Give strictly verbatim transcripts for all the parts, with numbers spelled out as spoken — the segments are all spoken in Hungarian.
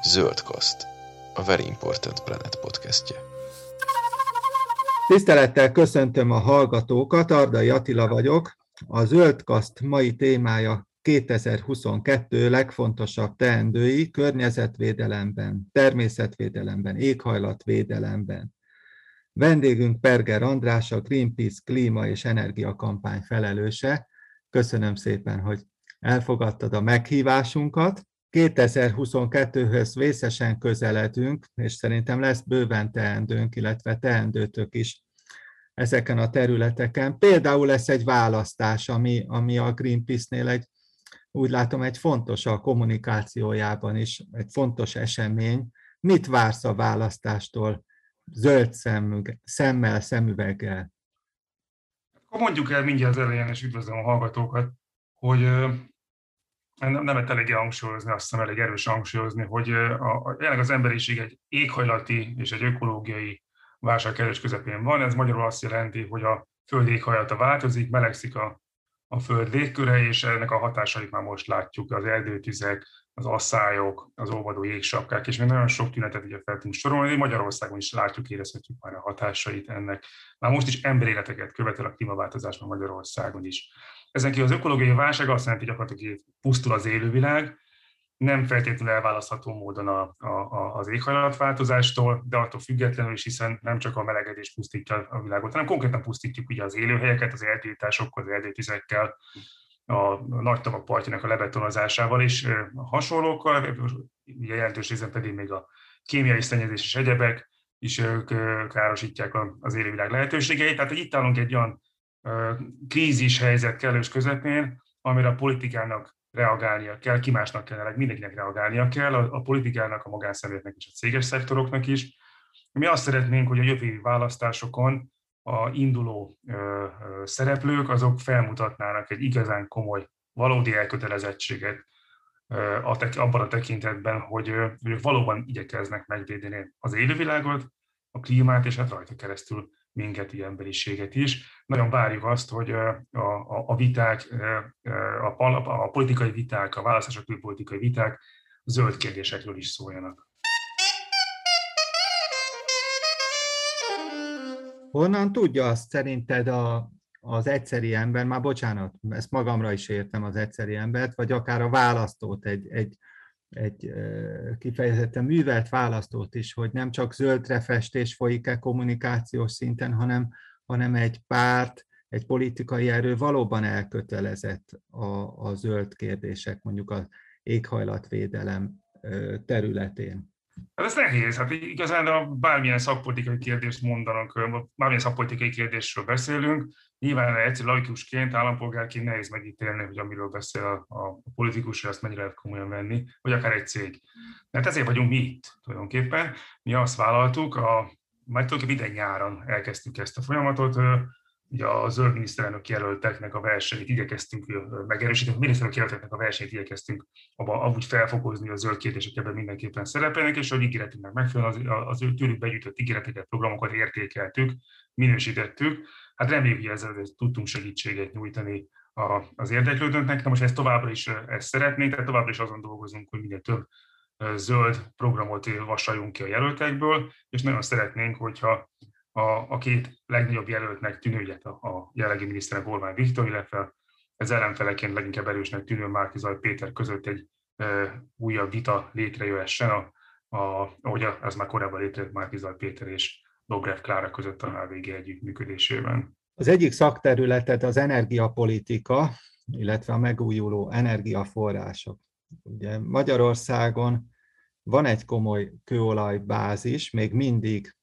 Zöldkaszt, a Very Important Planet podcastje. Tisztelettel köszöntöm a hallgatókat, Ardai Attila vagyok. A Zöldkaszt mai témája kétezer-huszonkettő legfontosabb teendői környezetvédelemben, természetvédelemben, éghajlatvédelemben. Vendégünk Perger András, a Greenpeace klíma és energiakampány felelőse. Köszönöm szépen, hogy elfogadtad a meghívásunkat. kétezer-huszonkettőhöz vészesen közeledünk, és szerintem lesz bőven teendőnk, illetve teendőtök is ezeken a területeken. Például lesz egy választás, ami, ami a Greenpeace-nél egy, úgy látom, egy fontos a kommunikációjában is, egy fontos esemény. Mit vársz a választástól zöld szemmel, szemmel szemüveggel? Akkor mondjuk el mindjárt az elején, és üdvözlöm a hallgatókat, hogy nem, nem elég hangsúlyozni, azt hiszem elég erős hangsúlyozni, hogy a, a, jelenleg az emberiség egy éghajlati és egy ökológiai válság kellős közepén van. Ez magyarul azt jelenti, hogy a föld éghajlata változik, melegszik a, a föld légköre, és ennek a hatásait már most látjuk, az erdőtüzek, az asszályok, az olvadó jégsapkák, és még nagyon sok tünetet ugye fel tudunk sorolni. Magyarországon is látjuk, érezhetjük már a hatásait ennek. Már most is emberéleteket követel a klímaváltozás Magyarországon is. Ezen kívül az ökológiai válság azt jelenti, hogy gyakorlatilag pusztul az élővilág, nem feltétlenül elválasztható módon a, a, az éghajlatváltozástól, de attól függetlenül is, hiszen nem csak a melegedés pusztítja a világot, hanem konkrétan pusztítjuk ugye az élőhelyeket, az erdőításokkal, az erdőtüzekkel, a nagy tavak partjának a lebetonozásával és hasonlókkal, ugye jelentős részben pedig még a kémiai szennyezés és egyebek is károsítják az élővilág lehetőségeit. Tehát itt állunk egy olyan krízis helyzet kellős közepén, amire a politikának reagálnia kell, ki másnak kellene, mindenkinek reagálnia kell, a, a politikának, a magánszemélyeknek és a céges szektoroknak is. Mi azt szeretnénk, hogy a jövő évi választásokon a induló ö, ö, szereplők, azok felmutatnának egy igazán komoly, valódi elkötelezettséget ö, a tek, abban a tekintetben, hogy, ö, hogy ők valóban igyekeznek megvédeni az élővilágot, a klímát, és hát rajta keresztül minket, ilyen emberiséget is. Nagyon várjuk azt, hogy a, a, a viták, a, a politikai viták, a választások külpolitikai viták zöld kérdésekről is szóljanak. Honnan tudja azt szerinted a, az egyszeri ember, már bocsánat, ezt magamra is értem az egyszeri embert, vagy akár a választót, egy, egy, egy kifejezetten művelt választót is, hogy nem csak zöldre festés folyik-e kommunikációs szinten, hanem, hanem egy párt, egy politikai erő valóban elkötelezett a, a zöld kérdések, mondjuk az éghajlatvédelem területén. Hát ez nehéz. Hát igazán a bármilyen szakpolitikai kérdést mondanak, bármilyen szakpolitikai kérdésről beszélünk, nyilván egyszerű laikusként, állampolgárként nehéz megítélni, hogy amiről beszél a, a politikus, hogy azt mennyire lehet komolyan venni, vagy akár egy cég. Mert ezért vagyunk mi itt tulajdonképpen. Mi azt vállaltuk, a, már tulajdonképpen idén nyáron elkezdtük ezt a folyamatot, ugye a zöld miniszterelnök jelölteknek a versenyt igyekeztünk megerősíteni, a miniszterelnök jelölteknek a versenyt igyekeztünk amúgy felfokozni, a zöld kérdések ebben mindenképpen szerepelnek, és hogy ígéretünknek megfelelően az, az ő tőlük begyűjtött ígéreteket, programokat értékeltük, minősítettük. Hát reméljük, hogy ezzel tudtunk segítséget nyújtani az érdeklődőknek, de most ezt továbbra is ezt szeretnénk, tehát továbbra is azon dolgozunk, hogy minél több zöld programot vasaljunk ki a jelöltekből, és nagyon szeretnénk, hogyha A, a két legnagyobb jelöltnek tűnő, a, a jelenlegi miniszterelnök Orbán Viktor, illetve az ellenfeleként leginkább erősnek tűnő Márki-Zay Péter között egy e, újabb vita létrejöhessen, a, a, ahogy az már korábban létrejött Márki-Zay Péter és Dobrev Klára között a há vé gé együttműködésében. Az egyik szakterületet az energiapolitika, illetve a megújuló energiaforrások. Ugye Magyarországon van egy komoly kőolajbázis, még mindig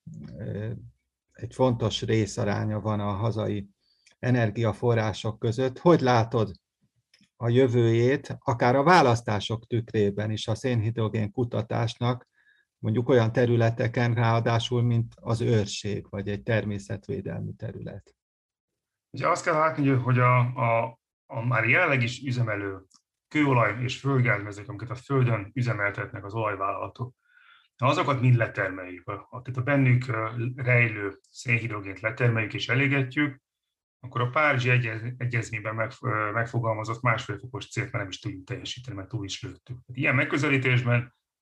egy fontos részaránya van a hazai energiaforrások között. Hogy látod a jövőjét, akár a választások tükrében is a szénhidrogén kutatásnak, mondjuk olyan területeken ráadásul, mint az őrség, vagy egy természetvédelmi terület? Ugye azt kell látni, hogy a, a, a már jelenleg is üzemelő kőolaj és földgázmezők, amiket a földön üzemeltetnek az olajvállalatok, ha azokat mind letermeljük, tehát a bennük rejlő szénhidrogént letermeljük és elégetjük, akkor a Párizsi Egyezményben megfogalmazott másfél fokos célt már nem is tudjuk teljesíteni, mert túl is lőttük. Ilyen megközelítésben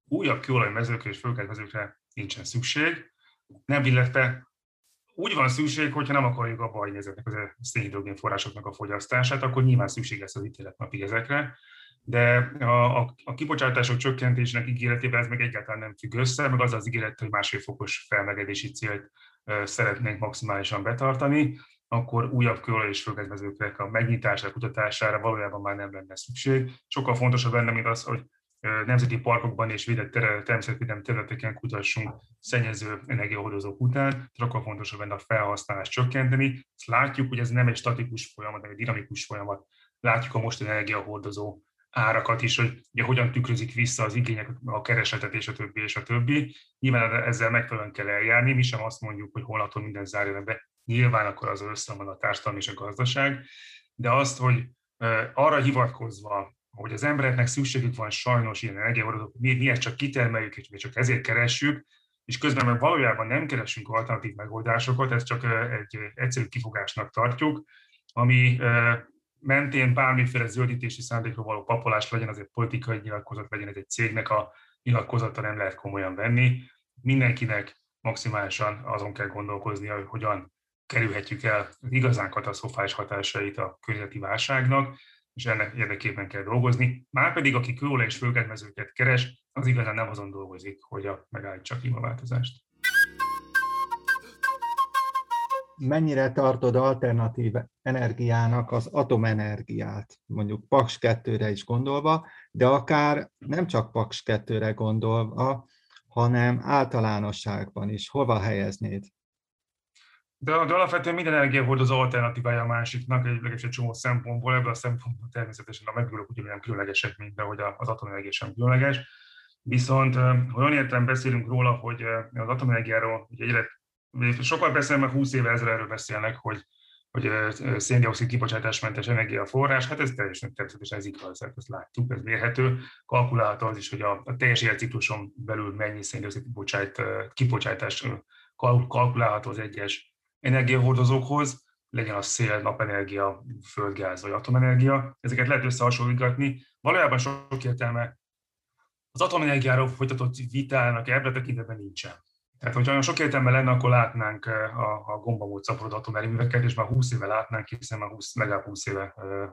újabb kőolajmezőkre és földgázmezőkre nincsen szükség, nem, illetve úgy van szükség, hogyha nem akarjuk abba hagyni ezeknek a szénhidrogén forrásoknak a fogyasztását, akkor nyilván szükség lesz az ítéletnapig ezekre, de a, a, a kibocsátások csökkentésének ígéretével ez meg egyáltalán nem függ össze, meg az az ígéret, hogy másfél fokos felmelegedési célt szeretnénk maximálisan betartani, akkor újabb kőolaj és földgázmezőknek a megnyitására, kutatására valójában már nem lenne szükség. Sokkal fontosabb lenne, mint az, hogy nemzeti parkokban és védett természetvédelmi területeken kutassunk szennyező energiahordozók után, sokkal fontosabb lenne a felhasználást csökkenteni. Ezt látjuk, hogy ez nem egy statikus folyamat, hanem egy dinamikus folyamat. Látjuk a mostani energiahordozó árakat is, hogy ugye, hogyan tükrözik vissza az igények, a keresletet és a többi és a többi. Nyilván ezzel megfelelően kell eljárni, mi sem azt mondjuk, hogy holnaptól minden zárjon be, nyilván akkor az összeomlott a társadalom és a gazdaság, de azt, hogy arra hivatkozva, hogy az embereknek szükségük van sajnos ilyen energiahordozók, mi, mi ezt csak kitermeljük, és mi csak ezért keressük, és közben meg valójában nem keresünk alternatív megoldásokat, ezt csak egy egyszerű kifogásnak tartjuk, ami mentén bármiféle zöldítési szándékról való papolás legyen, az egy politikai nyilatkozat legyen, ez egy cégnek a nyilatkozata, nem lehet komolyan venni. Mindenkinek maximálisan azon kell gondolkoznia, hogy hogyan kerülhetjük el az igazán katasztrofális hatásait a környezeti válságnak, és ennek érdekében kell dolgozni. Márpedig, aki kőolaj és földgázmezőket keres, az igazán nem azon dolgozik, hogy a megállítsa a klímaváltozást. Mennyire tartod alternatív energiának az atomenergiát, mondjuk Paks kettőre is gondolva, de akár nem csak Paks kettőre gondolva, hanem általánosságban is. Hova helyeznéd? De, de alapvetően minden energiahordozó alternatívája a másiknak, egy, egy csomó szempontból, ebből a szempontból természetesen a megújulók ugyanolyan különlegesek, mint ahogy az atomenergia sem különleges. Viszont olyan értelemben beszélünk róla, hogy az atomenergiáról ugye egyre sokkal beszélnek, mert húsz éve ezzel erről beszélnek, hogy, hogy szén-dioxid kibocsátásmentes energiaforrás, hát ez teljesen természetesen ez igaz, ezt látjuk, ez mérhető. Kalkulálható az is, hogy a, a teljes életcikluson belül mennyi szén-dioxid kibocsátás kalkulálható az egyes energiahordozókhoz, legyen az szél, napenergia, földgáz vagy atomenergia. Ezeket lehet összehasonlítgatni. Valójában sok értelme az atomenergiáról folytatott vitának ebben tekintetben nincsen. Tehát, hogyha olyan sok értelme lenne, akkor látnánk a, a gombamód szaporodó atomerőműveket, és már húsz éve látnánk, hiszen már húsz, legalább húsz éve ö, ö,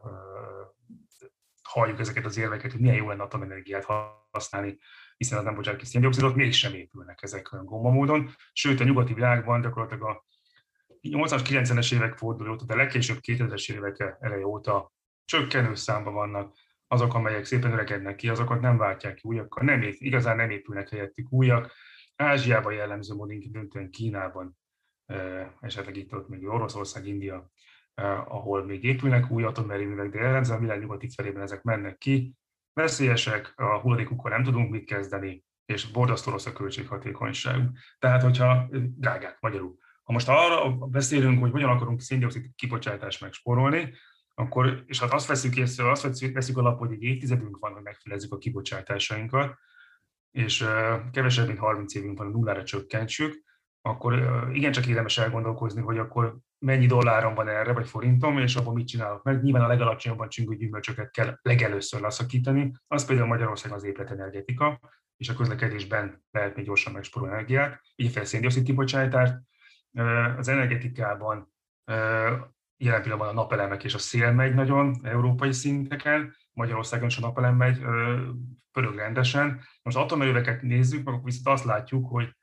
halljuk ezeket az érveket, hogy milyen jó lenne atomenergiát használni, hiszen az nem bocsánat ki széndioxidot, mégsem épülnek ezek gombamódon. Sőt, a nyugati világban gyakorlatilag a nyolcvanas, kilencvenes évek forduló óta, de legkésőbb kétezres évek eleje óta csökkenő számban vannak azok, amelyek szépen öregednek ki, azokat nem váltják ki újakkal, nem, igazán nem épülnek helyettük újak. Ázsiában jellemző módon, döntően Kínában, esetleg itt ott még Oroszország, India, ahol még épülnek új atomerőművek, de jellemzően a világ nyugati felében ezek mennek ki. Veszélyesek, a hulladékukkal nem tudunk mit kezdeni, és borzasztó rossz a költséghatékonyságuk. Tehát, hogyha drágák magyarul. Ha most arra beszélünk, hogy hogyan akarunk szén-dioxid kibocsátást megspórolni, akkor, és hát azt veszük észre, azt veszük alapul, hogy egy évtizedünk van, hogy megfelezzük a kibocsátásainkat, és kevesebb, mint harminc évünk van, a nullára csökkentsük, akkor igencsak érdemes elgondolkozni, hogy akkor mennyi dollárom van erre, vagy forintom, és abban mit csinálok meg. Nyilván a legalacsonyabban csingő gyümölcsöket kell legelőször leszakítani, az például Magyarországon az épületenergetika, és a közlekedésben lehet még gyorsan megspórolni energiát, így fel szén-dioxid kibocsátást. Az energetikában jelen pillanatban a napelemek és a szél megy nagyon európai szinteken, Magyarországon is a napelem megy, pörög rendesen. Most atomerőveket nézzük, meg akkor viszont azt látjuk, hogy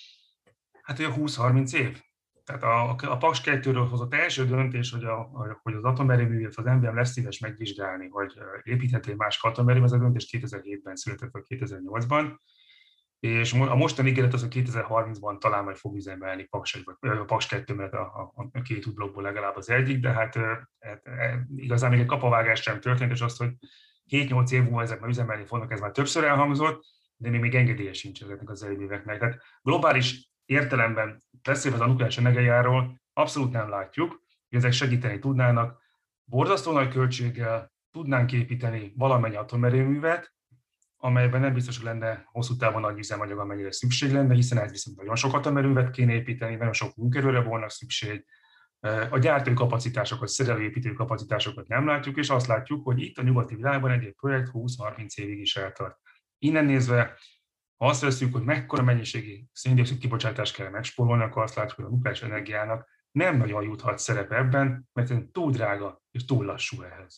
hát a húsz-harminc év. Tehát a, a Paks kettőről hozott első döntés, hogy, a, hogy az atomerőművet az em vé em lesz szíves megvizsgálni, hogy építhető más atomerőmű, ez a döntés kétezer-hétben született, vagy kétezer-nyolcban. És a mostani ígéret az, hogy kétezer-harmincban talán majd fog üzemelni Paks, vagy Paks kettő, mert a, a, a két útblokkból legalább az egyik, de hát e, e, igazán még egy kapavágás sem történt, és azt, hogy hét-nyolc év múlva ezek már üzemelni fognak, ez már többször elhangzott, de még, még engedélye sincs ezeknek az erőműveknek. Tehát globális értelemben beszélve a nukleáris energiáról abszolút nem látjuk, hogy ezek segíteni tudnának. Borzasztó nagy költséggel tudnánk építeni valamennyi atomerőművet, amelyben nem biztos, hogy lenne hosszú távon nagy üzemanyag, amennyire szükség lenne, hiszen ez viszont nagyon sok atomerőművet kéne építeni, nagyon sok munkaerőre volna szükség. A gyártói kapacitásokat, szerelőépítő kapacitásokat nem látjuk, és azt látjuk, hogy itt a nyugati világban egy projekt húsz-harminc évig is eltart. Innen nézve Ha azt veszünk, hogy mekkora mennyiségi szén-dioxid kibocsátást kell megspórolni, akkor azt látjuk, hogy a nukleáris energiának nem nagyon juthat szerep ebben, mert túl drága és túl lassú ehhez.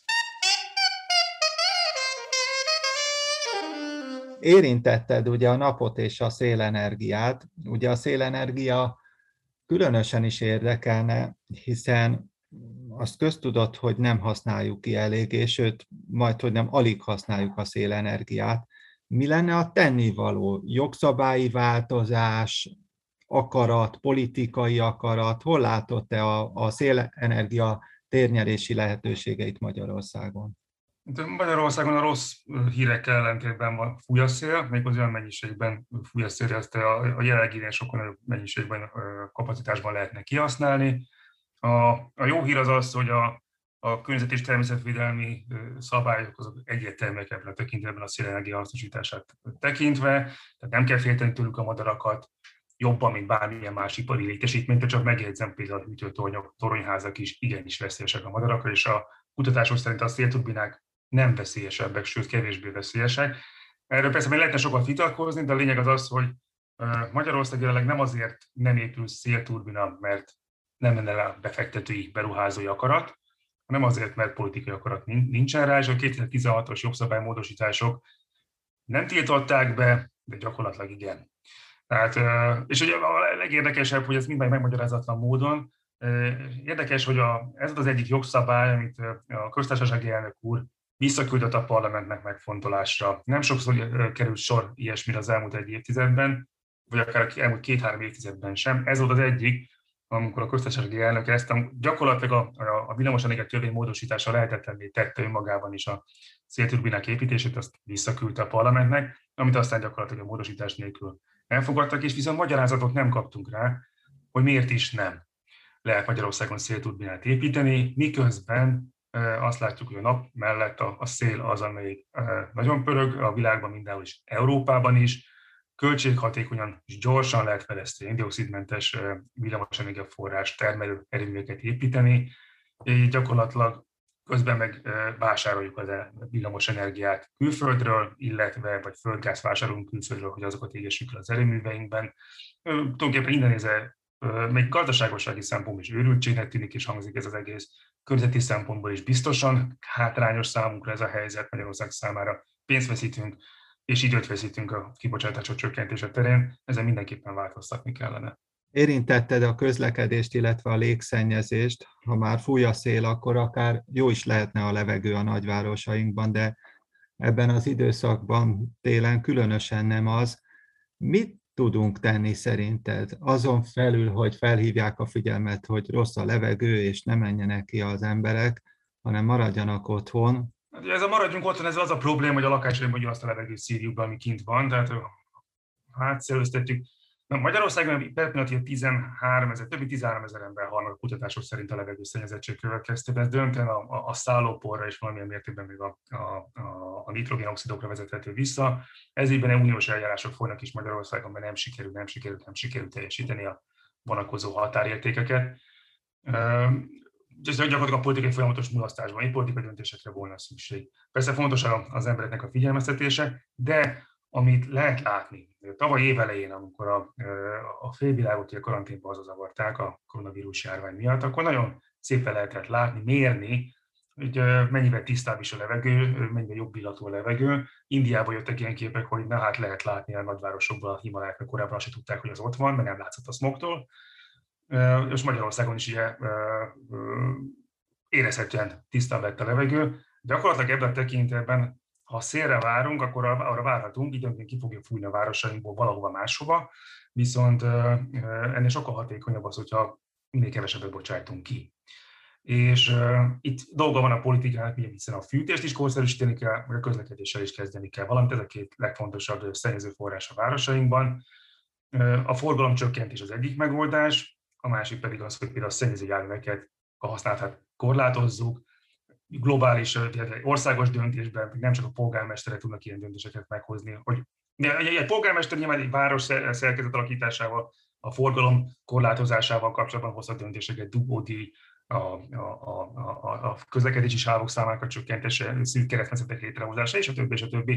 Érintetted ugye a napot és a szélenergiát. Ugye a szélenergia különösen is érdekelne, hiszen azt köztudott, hogy nem használjuk ki eléggé, sőt, majd, hogy nem alig használjuk a szélenergiát. Mi lenne a tennivaló? Jogszabályi változás, akarat, politikai akarat? Hol látod te a, a szélenergia térnyerési lehetőségeit Magyarországon? Magyarországon a rossz hírekkel ellentétben van, fúj a szél, méghozzá olyan mennyiségben fúj a szél, ezt a, a jelenleginél sokkal nagyobb mennyiségben, kapacitásban lehetne kihasználni. A, a jó hír az az, hogy a, a környezet- és természetvédelmi szabályok azok egyértelműek ebben a tekintetben a szélenergia hasznosítását tekintve, tehát nem kell félteni tőlük a madarakat, jobban, mint bármilyen más ipari létesítményt, de csak megjegyzem, például a hűtőtornyok, toronyházak is igenis veszélyesek a madarakra, és a kutatások szerint a szélturbinák nem veszélyesebbek, sőt kevésbé veszélyesek. Erről persze még lehetne sokat vitatkozni, de a lényeg az az, hogy Magyarország jelenleg nem azért nem épül szélturbina, mert nem lenne rá befektetői, beruházói akarat, hanem azért, mert politikai akarat nincsen rá, és a kétezer-tizenhatos jogszabálymódosítások nem tiltották be, de gyakorlatilag igen. Tehát, és ugye a legérdekesebb, hogy ez minden megmagyarázatlan módon. Érdekes, hogy a, ez az egyik jogszabály, amit a köztársasági elnök úr visszaküldött a parlamentnek megfontolásra. Nem sokszor került sor ilyesmire az elmúlt egy évtizedben, vagy akár az elmúlt két-három évtizedben sem. Ez volt az egyik, amikor a köztársasági elnök ezt gyakorlatilag a, a, a villamosenergia törvény módosítása lehetetlenné tette önmagában is a szélturbinák építését, azt visszaküldte a parlamentnek, amit aztán gyakorlatilag a módosítás nélkül elfogadtak, és viszont magyarázatot nem kaptunk rá, hogy miért is nem lehet Magyarországon szélturbinát építeni, miközben azt látjuk, hogy a nap mellett a, a szél az, amelyik nagyon pörög a világban, mindenhol is, Európában is, költséghatékonyan és gyorsan lehet fejleszteni szén-dioxidmentes villamosenergia forrás termelő erőműveket építeni, így gyakorlatilag közben meg vásároljuk az villamosenergiát külföldről, illetve vagy földgáz vásárolunk külföldről, hogy azokat égessük le az erőműveinkben. Tulajdonképpen innen nézve még gazdaságossági szempontból is őrültségnek tűnik és hangzik ez az egész, környezeti szempontból is biztosan hátrányos számunkra ez a helyzet, Magyarország számára pénzt veszítünk, és időt veszítünk a kibocsátások csökkentése terén, ezen mindenképpen változtatni kellene. Érintetted a közlekedést, illetve a légszennyezést. Ha már fúj a szél, akkor akár jó is lehetne a levegő a nagyvárosainkban, de ebben az időszakban télen különösen nem az. Mit tudunk tenni szerinted? Azon felül, hogy felhívják a figyelmet, hogy rossz a levegő, és ne menjenek ki az emberek, hanem maradjanak otthon. Ez a maradjunk otthon, ez az a probléma, hogy a lakásainkban azt a levegőt szívjuk be, ami kint van, tehát átszerőztetjük. Magyarországon per pillanat tizenhárom ezer, több mint tizenhárom ezer ember halnak a kutatások szerint a levegőszennyezettség következtében. Ez döntően a, a, a szállóporra és valamilyen mértékben még a, a, a, a nitrogénoxidokra vezethető vissza. Ez ígyben uniós eljárások folynak is Magyarországon, mert nem sikerül, nem sikerül, nem sikerül teljesíteni a vonakozó határértékeket. Ez gyakorlatilag a politikai folyamatos mulasztásban, egy politikai döntésekre volna szükség. Persze fontos az embereknek a figyelmeztetése, de amit lehet látni, tavaly évelején, amikor a, a félvilágot a karanténba hazazavarták a koronavírus járvány miatt, akkor nagyon szépen lehetett látni, mérni, hogy mennyivel tisztább is a levegő, mennyivel jobb illatú a levegő. Indiából jöttek ilyen képek, hogy na hát lehet látni a nagyvárosokban a Himaláját, korábban azt se tudták, hogy az ott van, mert nem látszott a smogtól. És Magyarországon is ugye érezhetően tisztább lett a levegő. Gyakorlatilag ebben a tekintetben, ha szélre várunk, akkor arra várhatunk, időnként ki fogja fújni a városainkból valahova máshova, viszont ennél sokkal hatékonyabb az, hogyha minél kevesebbet bocsájtunk ki. És uh, itt dolga van a politikának, hiszen a fűtést is korszerűsíteni kell, vagy a közlekedéssel is kezdeni kell, valamint ez a két legfontosabb szennyező forrás a városainkban. Uh, a forgalomcsökkentés az egyik megoldás, a másik pedig az, hogy például a szennyező járműveket a használatát korlátozzuk, globális, országos döntésben, nem csak a polgármesterek tudnak ilyen döntéseket meghozni, hogy egy polgármester nyilván egy város szerkezet alakításával, a forgalom korlátozásával kapcsolatban hozhat döntéseket, dugódíj, a, a, a, a közlekedési sávok számának a csökkentése, szűk keresztmetszetek létrehozása, és a többi, és a többi.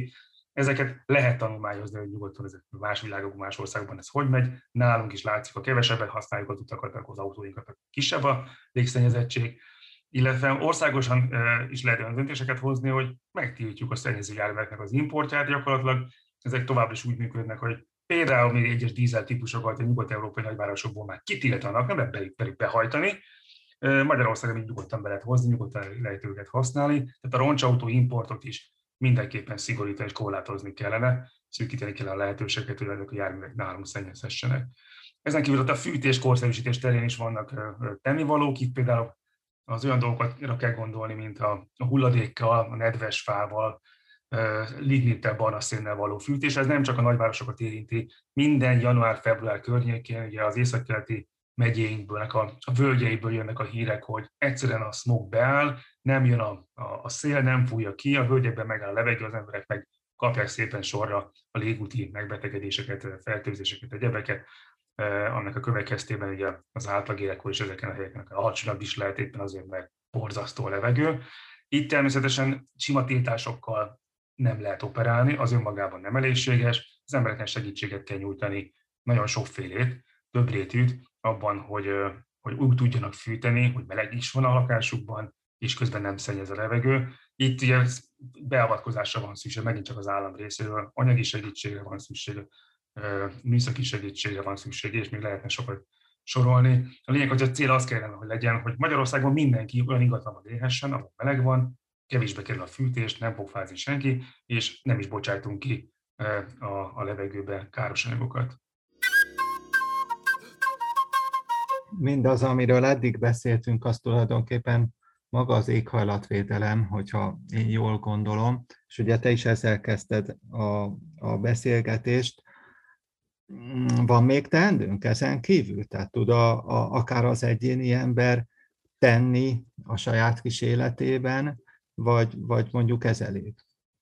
Ezeket lehet tanulmányozni, hogy nyugodtan ezek más világokban, más országokban ez hogy megy. Nálunk is látszik, ha kevesebbet használjuk az utakat, akkor az autóinkat, kisebb a légszennyezettség. Illetve országosan is lehet olyan döntéseket hozni, hogy megtiltjuk a szennyező járműveknek az importját gyakorlatilag. Ezek tovább is úgy működnek, hogy például még egyes dízel típusokat a nyugat-európai nagyvárosokból már kitiltanak, nem lehet belük behajtani. Magyarországon így nyugodtan be lehet hozni, nyugodtan lehet őket használni. Tehát a roncsautó importot is mindenképpen szigorítani és korlátozni kellene, szűkíteni kell a lehetőséget, hogy ezek a járművek nálunk szennyezhessenek. Ezen kívül a fűtés, korszerűsítés terén is vannak tennivalók, itt például az olyan dolgokra kell gondolni, mint a hulladékkal, a nedves fával, lignittel, barnaszénnel való fűtés. Ez nem csak a nagyvárosokat érinti, minden január-február környékén, ugye az északkeleti megyéinkből, a, a völgyeiből jönnek a hírek, hogy egyszerűen a smog beáll, nem jön a, a, a szél, nem fújja ki, a völgyekben megáll a levegő, az emberek meg kapják szépen sorra a légúti megbetegedéseket, fertőzéseket, egyebeket. Annak a következtében ugye az átlag életkor is ezeken a helyeken alacsonyabb is lehet, éppen azért, mert borzasztó a levegő. Itt természetesen sima tiltásokkal nem lehet operálni, az önmagában nem elégséges, az embereknek segítséget kell nyújtani, nagyon sokfélét, több rétűt abban, hogy, hogy úgy tudjanak fűteni, hogy meleg is van a lakásukban, és közben nem szennyez a levegő. Itt ugye beavatkozásra van szükség, megint csak az állam részéről, anyagi segítségre van szükség, műszaki segítségre van szükség, és még lehetne sokat sorolni. A lényeg, hogy a cél az kellene, hogy legyen, hogy Magyarországon mindenki olyan ingatlanban élhessen, ahol meleg van, kevésbe kerül a fűtés, nem fog fázni senki, és nem is bocsájtunk ki a, a levegőbe káros anyagokat. Mindaz, amiről eddig beszéltünk, az tulajdonképpen maga az éghajlatvédelem, hogyha én jól gondolom, és ugye te is ezzel kezdted a, a beszélgetést. Van még teendőnk ezen kívül? Tehát tud a, a, akár az egyéni ember tenni a saját kis életében, vagy, vagy mondjuk ez elég?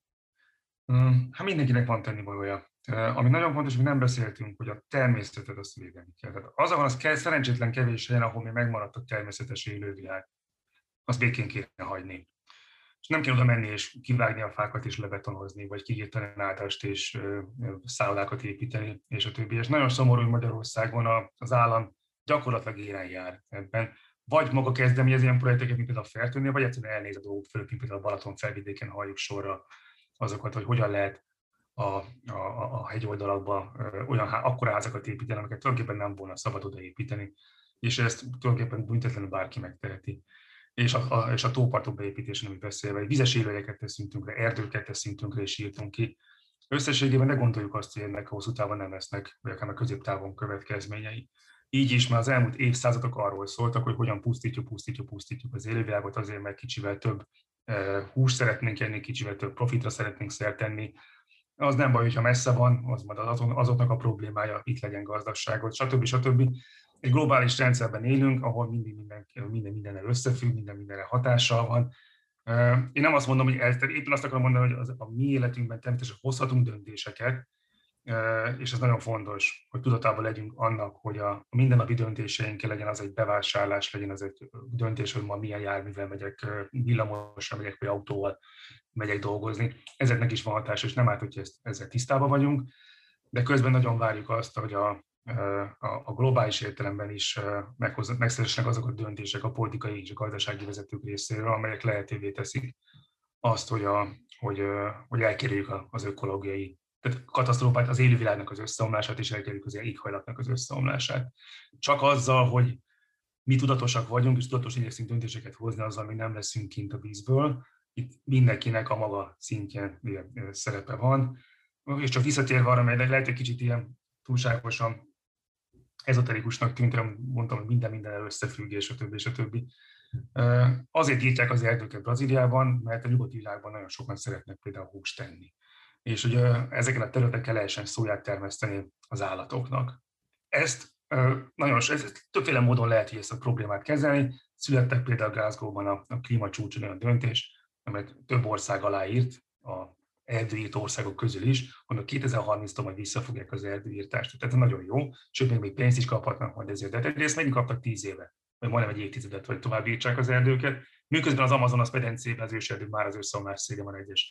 Hát mindenkinek van tennivalója. Ami nagyon fontos, hogy nem beszéltünk, hogy a természetet azt védeni kell. Tehát az, ahol az kell, szerencsétlen kevés helyen, ahol még megmaradt a természetes élővilág, azt békén kéne hagyni. És nem kell oda menni és kivágni a fákat és lebetonozni, vagy kiírtani a nádast és szállodákat építeni, és a többi. És nagyon szomorú, hogy Magyarországon az állam gyakorlatilag élen jár ebben. Vagy maga kezdeményez ilyen projekteket, mint például a Fertőnél, vagy egyszerűen elnéz a dolgok fölött, mint például a Balaton felvidéken halljuk sorra azokat, hogy hogyan lehet a, a, a hegyoldalakba olyan akkora házakat építeni, amiket tulajdonképpen nem volna szabad odaépíteni. És ezt tulajdonképpen büntetlenül bárki megteheti. És a, a, és a tópartok beépítésen, amit beszélve, vizes élőhelyeket teszünk tönkre, erdőket teszünk tönkre, és írtunk ki. Összességében ne gondoljuk azt, hogy ennek hosszú távon nem lesznek, vagy akár a középtávon következményei. Így is már az elmúlt évszázadok arról szóltak, hogy hogyan pusztítjuk, pusztítjuk, pusztítjuk az élővilágot azért, mert kicsivel több eh, húst szeretnénk enni, kicsivel több profitra szeretnénk szert tenni. Az nem baj, hogyha messze van, az majd azoknak a problémája, itt legyen gazdagságot, stb. stb. Egy globális rendszerben élünk, ahol mindig minden, minden mindennel összefügg, minden mindenre hatással van. Én nem azt mondom, hogy ez, éppen azt akarom mondani, hogy az, a mi életünkben természetesen hozhatunk döntéseket, és ez nagyon fontos, hogy tudatában legyünk annak, hogy a mindennapi döntéseinkkel legyen az egy bevásárlás, legyen az egy döntés, hogy ma milyen járművel megyek, villamosra megyek, vagy autóval megyek dolgozni. Ezeknek is van hatása, és nem árt, hogy ezt, ezzel tisztában vagyunk, de közben nagyon várjuk azt, hogy a a globális értelemben is megszülessenek azok a döntések a politikai és a gazdasági vezetők részéről, amelyek lehetővé teszik azt, hogy, a, hogy, hogy elkerüljük az ökológiai, tehát katasztrófát, az élővilágnak az összeomlását, és elkerüljük az éghajlatnak az összeomlását. Csak azzal, hogy mi tudatosak vagyunk, és tudatosan igyekszünk döntéseket hozni, azzal még nem leszünk kint a vízből. Itt mindenkinek a maga szintjén szerepe van. És csak visszatérve arra, mert lehet egy kicsit ilyen túlságosan ezoterikusnak tűnt, mondtam, hogy minden minden összefüggés, a többi, és a többi. Azért írtják az erdőket Brazíliában, mert a nyugati világban nagyon sokan szeretnek például húst tenni. És hogy ezeken a területeken lehessen szóját termeszteni az állatoknak. Ezt nagyon ez többféle módon lehet, hogy ezt a problémát kezelni. Születtek például Glasgow-ban a, a klímacsúcson olyan döntés, amelyet több ország aláírt, a erdőírt országok közül is, hogy kétezer-harminctól majd visszafogják az erdőírtást. Tehát ez nagyon jó, sőt, még, még pénzt is kaphatnak majd ezért. De egyrészt megint kaptak tíz éve, vagy majdnem egy évtizedet, vagy tovább írtsák az erdőket. Miközben az Amazonas pedencében az őserdő már az összeomlás szélén van egyes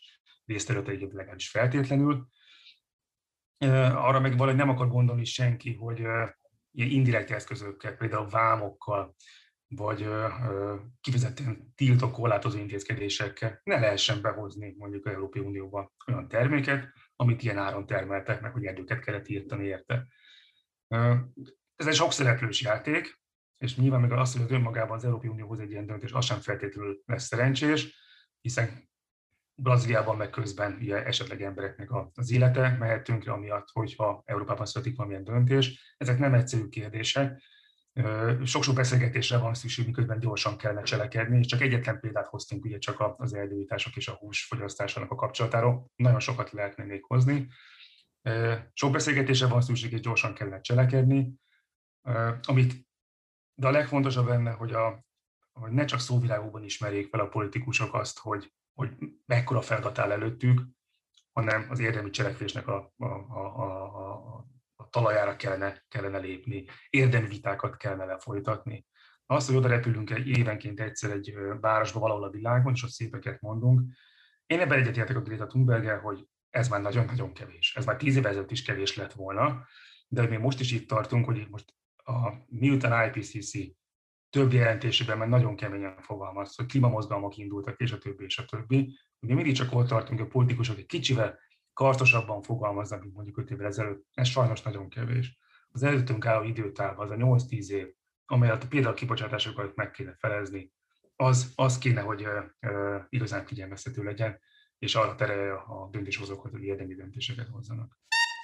vészterületeit legalábbis feltétlenül. Arra meg valahogy nem akar gondolni senki, hogy ilyen indirekt eszközökkel, például vámokkal, vagy kifejezetten tiltó korlátozó intézkedésekkel ne lehessen behozni mondjuk az Európai Unióba olyan terméket, amit ilyen áron termeltek, meg hogy erdőket kellett írtani érte. Ez egy sokszereplős játék, és nyilván meg az, hogy az önmagában az Európai Unióhoz egy ilyen döntés, az sem feltétlenül lesz szerencsés, hiszen Brazíliában meg közben ugye, esetleg embereknek az élete mehet tönkre amiatt, hogyha Európában születik valamilyen döntés. Ezek nem egyszerű kérdések. Sok-sok beszélgetésre van szükség, miközben gyorsan kellene cselekedni, és csak egyetlen példát hoztunk ugye csak az erdőítások és a húsfogyasztásának a kapcsolatáról. Nagyon sokat lehetne még hozni. Sok beszélgetésre van szükség, és gyorsan kellene cselekedni. Amit, de a legfontosabb benne, hogy, a, hogy ne csak szóvilágokban ismerjék fel a politikusok azt, hogy, hogy mekkora feladat áll előttük, hanem az érdemi cselekvésnek a, a, a, a, a talajára kellene, kellene lépni, érdemi vitákat kellene lefolytatni. Az, hogy oda repülünk egy évenként egyszer egy városba valahol a világon, és ott szépeket mondunk. Én ebben egyetértek a Greta Thunberggel, hogy ez már nagyon-nagyon kevés. Ez már tíz évvel ezelőtt is kevés lett volna, de még most is itt tartunk, hogy most a, miután I P C C több jelentésében már nagyon keményen fogalmaz, hogy klímamozgalmak indultak, és a többi, és a többi. Ugye mindig csak ott tartunk, hogy a politikusok egy kicsivel kartosabban fogalmaznak, mint mondjuk öt évvel ezelőtt. Ez sajnos nagyon kevés. Az előttünk álló időtáv, az a nyolc-tíz év, amelyet például a kibocsátásokat meg kéne felezni, az, az kéne, hogy uh, uh, igazán figyelmeztető legyen, és arra terelje a döntéshozókat, hogy érdemi döntéseket hozzanak.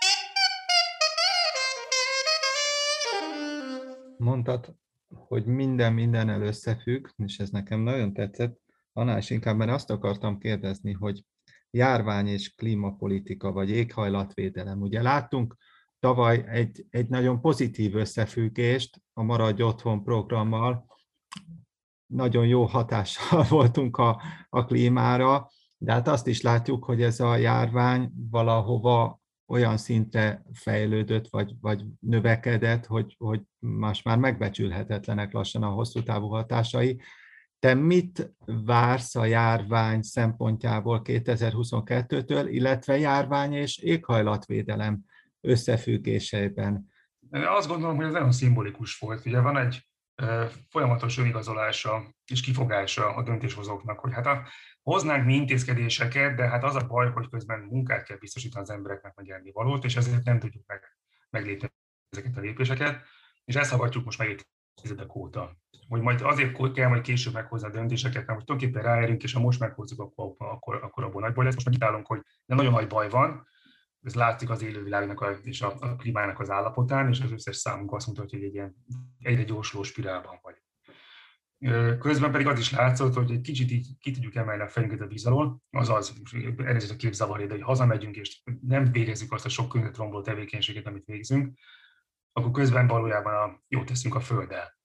Mondtad, hogy minden mindennel összefügg, és ez nekem nagyon tetszett, annál is inkább, mert azt akartam kérdezni, hogy járvány és klímapolitika, vagy éghajlatvédelem. Ugye láttunk tavaly egy, egy nagyon pozitív összefüggést a Maradj Otthon programmal, nagyon jó hatással voltunk a, a klímára, de hát azt is látjuk, hogy ez a járvány valahova olyan szintre fejlődött, vagy, vagy növekedett, hogy, hogy most már megbecsülhetetlenek lassan a hosszú távú hatásai. Te mit vársz a járvány szempontjából kétezer-huszonkettőtől, illetve járvány és éghajlatvédelem összefüggéseiben? Azt gondolom, hogy ez nagyon szimbolikus volt. Ugye van egy folyamatos önigazolása és kifogása a döntéshozóknak, hogy hát a, hoznánk mi intézkedéseket, de hát az a baj, hogy közben munkát kell biztosítani az embereknek, meg ennivalót, és ezért nem tudjuk meg, meglépni ezeket a lépéseket, és ezt hallgatjuk most meg évtizedek óta. Hogy majd azért kell majd később meghozni a döntéseket, mert most tulajdonképpen ráérünk, és ha most meghozzuk, akkor, akkor, akkor abból nagy baj lesz. Most meg itt állunk, hogy nagyon nagy baj van, ez látszik az élővilágnak a, és a, a klímának az állapotán, és az összes számunk azt mutatja, hogy egy ilyen egyre gyorsuló spirálban vagy. Közben pedig az is látszott, hogy egy kicsit így ki tudjuk emelni a fejünket a víz alól, azaz, elnézést a képzavaré, de hogy hazamegyünk, és nem végezzük azt a sok környezetromboló tevékenységet, amit végzünk, akkor közben valójában a, jót teszünk a Földdel.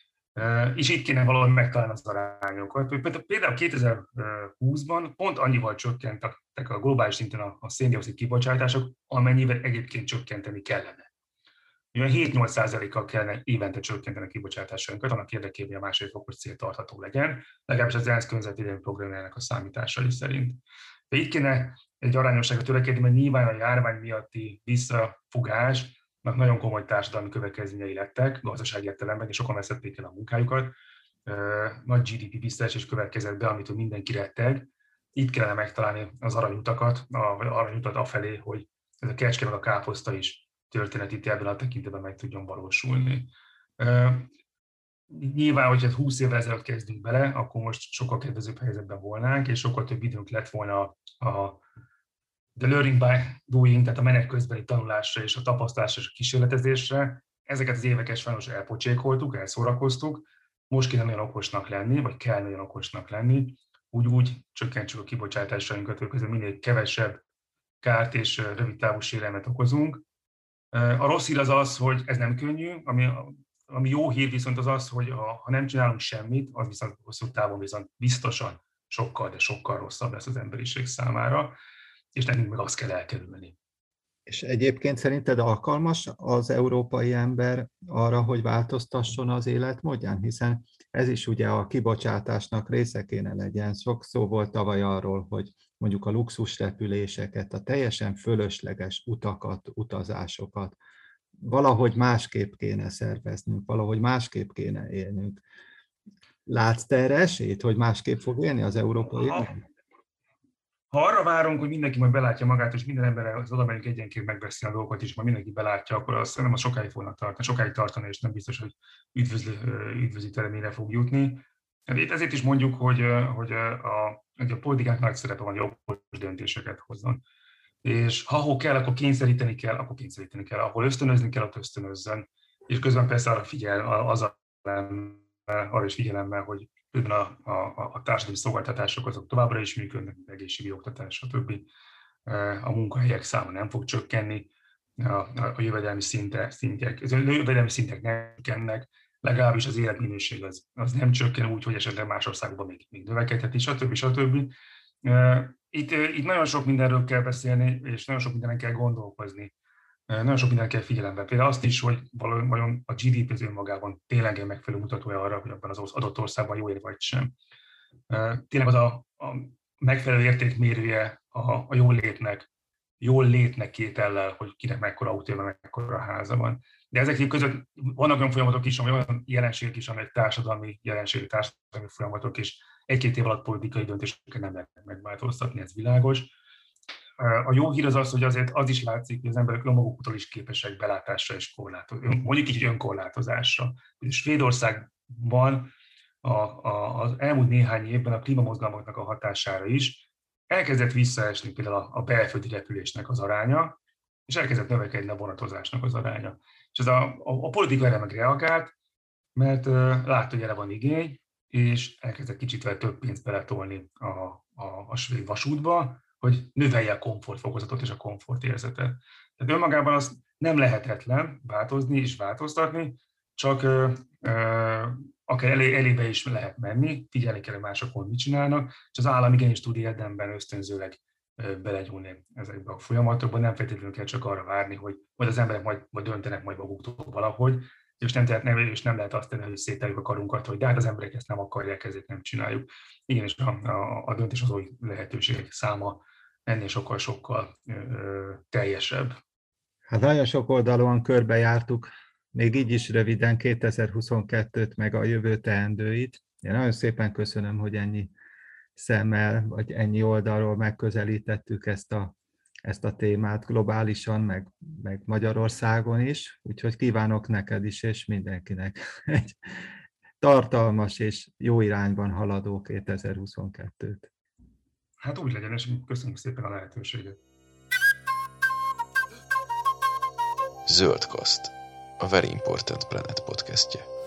És itt kéne valahogy megtalálni az arányokat. Például kétezer-húszban pont annyival csökkentek a globális szinten a szén-dioxid kibocsátások, amennyivel egyébként csökkenteni kellene. Olyan hét-nyolc százalékkal kellene évente csökkenteni a kibocsátásainkat, annak érdekében, hogy a második fokos cél tartható legyen, legalábbis az ENSZ környezetvédelmi programjának a számításai szerint. De itt kéne egy arányosságra törekedni, mert nyilván a járvány miatti visszafogás nagyon komoly társadalmi következményei lettek, gazdasági értelemben, és sokan veszették el a munkájukat. Nagy G D P visszaesés következett be, amitől mindenki retteg. Itt kellene megtalálni az aranyutakat, vagy aranyutat afelé, hogy ez a kecske meg a káposzta is történet itt ebben a tekintetben meg tudjon valósulni. Nyilván, hogyha húsz évvel ezelőtt kezdünk bele, akkor most sokkal kedvezőbb helyzetben volnánk, és sokkal több időnk lett volna a the learning by doing, tehát a menet közbeni tanulásra és a tapasztalásra és a kísérletezésre. Ezeket az éveket sajnos elpocsékoltuk, elszórakoztuk. Most kéne nagyon okosnak lenni, vagy kell nagyon okosnak lenni, úgy-úgy csökkentsük a kibocsátásainkat, hogy közben minél kevesebb kárt és rövid távú sérelmet okozunk. A rossz hír az az, hogy ez nem könnyű, ami, ami jó hír viszont az az, hogy ha, ha nem csinálunk semmit, az viszont hosszú távon viszont biztosan sokkal, de sokkal rosszabb lesz az emberiség számára, és nekünk meg azt kell elkerülni. És egyébként szerinted alkalmas az európai ember arra, hogy változtasson az életmódján? Hiszen ez is ugye a kibocsátásnak része kéne legyen. Sok szó volt tavaly arról, hogy mondjuk a luxusrepüléseket, a teljesen fölösleges utakat, utazásokat. Valahogy másképp kéne szerveznünk, valahogy másképp kéne élnünk. Látsz te erre esélyt, hogy másképp fog élni az Európai Unió? Ha arra várunk, hogy mindenki majd belátja magát, és minden emberrel az oda megyünk egyenként megbeszélni a dolgokat, és majd mindenki belátja, akkor azt szerintem az sokáig fognak tartani, sokáig tartani, és nem biztos, hogy üdvözlő, üdvözlő eredményre fog jutni. Ezért is mondjuk, hogy, hogy a, a politikák nagy szerepe van, hogy okos döntéseket hozzon. És ha ahol kell, akkor kényszeríteni kell, akkor kényszeríteni kell. Ahol ösztönözni kell, ott ösztönözzön. És közben persze arra figyel, az a, arra is figyelemmel, hogy a, a, a társadalmi szolgáltatások azok továbbra is működnek, egészségügyi oktatás, stb. A munkahelyek száma nem fog csökkenni, a, a jövedelmi szintek, szintek, a jövedelmi szintek nem csökkennek, legalábbis az életminőség az, az nem csökken úgy, hogy esetleg más országokban még, még növekedhet, stb. stb. Itt, itt nagyon sok mindenről kell beszélni, és nagyon sok mindenen kell gondolkozni. Nagyon sok mindent kell figyelembe. Például azt is, hogy vajon a gé dé pé az önmagában tényleg egy megfelelő mutatója arra, hogy abban az adott országban jó él vagy sem. Tényleg az a, a megfelelő értékmérője a, a jól létnek, jól létnek kétellel, hogy kinek mekkora autója, mekkora háza van. De ezek között vannak olyan folyamatok is, olyan jelenségek is, amelyek társadalmi jelenségek, társadalmi folyamatok is. Egy-két év alatt politikai döntéseket nem lehet megváltoztatni, ez világos. A jó hír az az, hogy azért az is látszik, hogy az emberek önmaguktól is képesek belátásra és korlátozásra, mondjuk így önkorlátozásra. Svédországban a, a, az elmúlt néhány évben a klímamozgalmaknak a hatására is elkezdett visszaesni például a, a belföldi repülésnek az aránya, és elkezdett növekedni a vonatozásnak az aránya. És ez a, a, a politika erre meg reagált, mert uh, látta, hogy erre van igény, és elkezdett kicsit vele több pénzt beletolni a, a, a svéd vasútba, hogy növelje a komfortfokozatot és a komfortérzetet. Tehát önmagában az nem lehetetlen változni és változtatni, csak ö, ö, akár elé, elébe is lehet menni, figyelni kell, hogy mások mit csinálnak, és az állam igenis tud érdemben ösztönzőleg belegyúlni ezekbe a folyamatokba, nem feltétlenül kell csak arra várni, hogy majd az emberek majd, majd döntenek majd maguktól valahogy, és nem, tehet, nem, és nem lehet azt tenni, hogy szételjük a karunkat, hogy de hát az emberek ezt nem akarják, ezért nem csináljuk. Igenis a, a, a döntéshozói lehetőségek száma ennél sokkal-sokkal teljesebb. Hát nagyon sok oldalon körbejártuk, még így is röviden kétezer-huszonkettőt, meg a jövő teendőit. Én nagyon szépen köszönöm, hogy ennyi szemmel, vagy ennyi oldalról megközelítettük ezt a, ezt a témát globálisan, meg, meg Magyarországon is. Úgyhogy kívánok neked is, és mindenkinek egy tartalmas és jó irányban haladó kétezer-huszonkettőt. Hát úgy legyen, és köszönjük szépen a lehetőséget. Zöldkaszt, a Very Important Planet podcastje.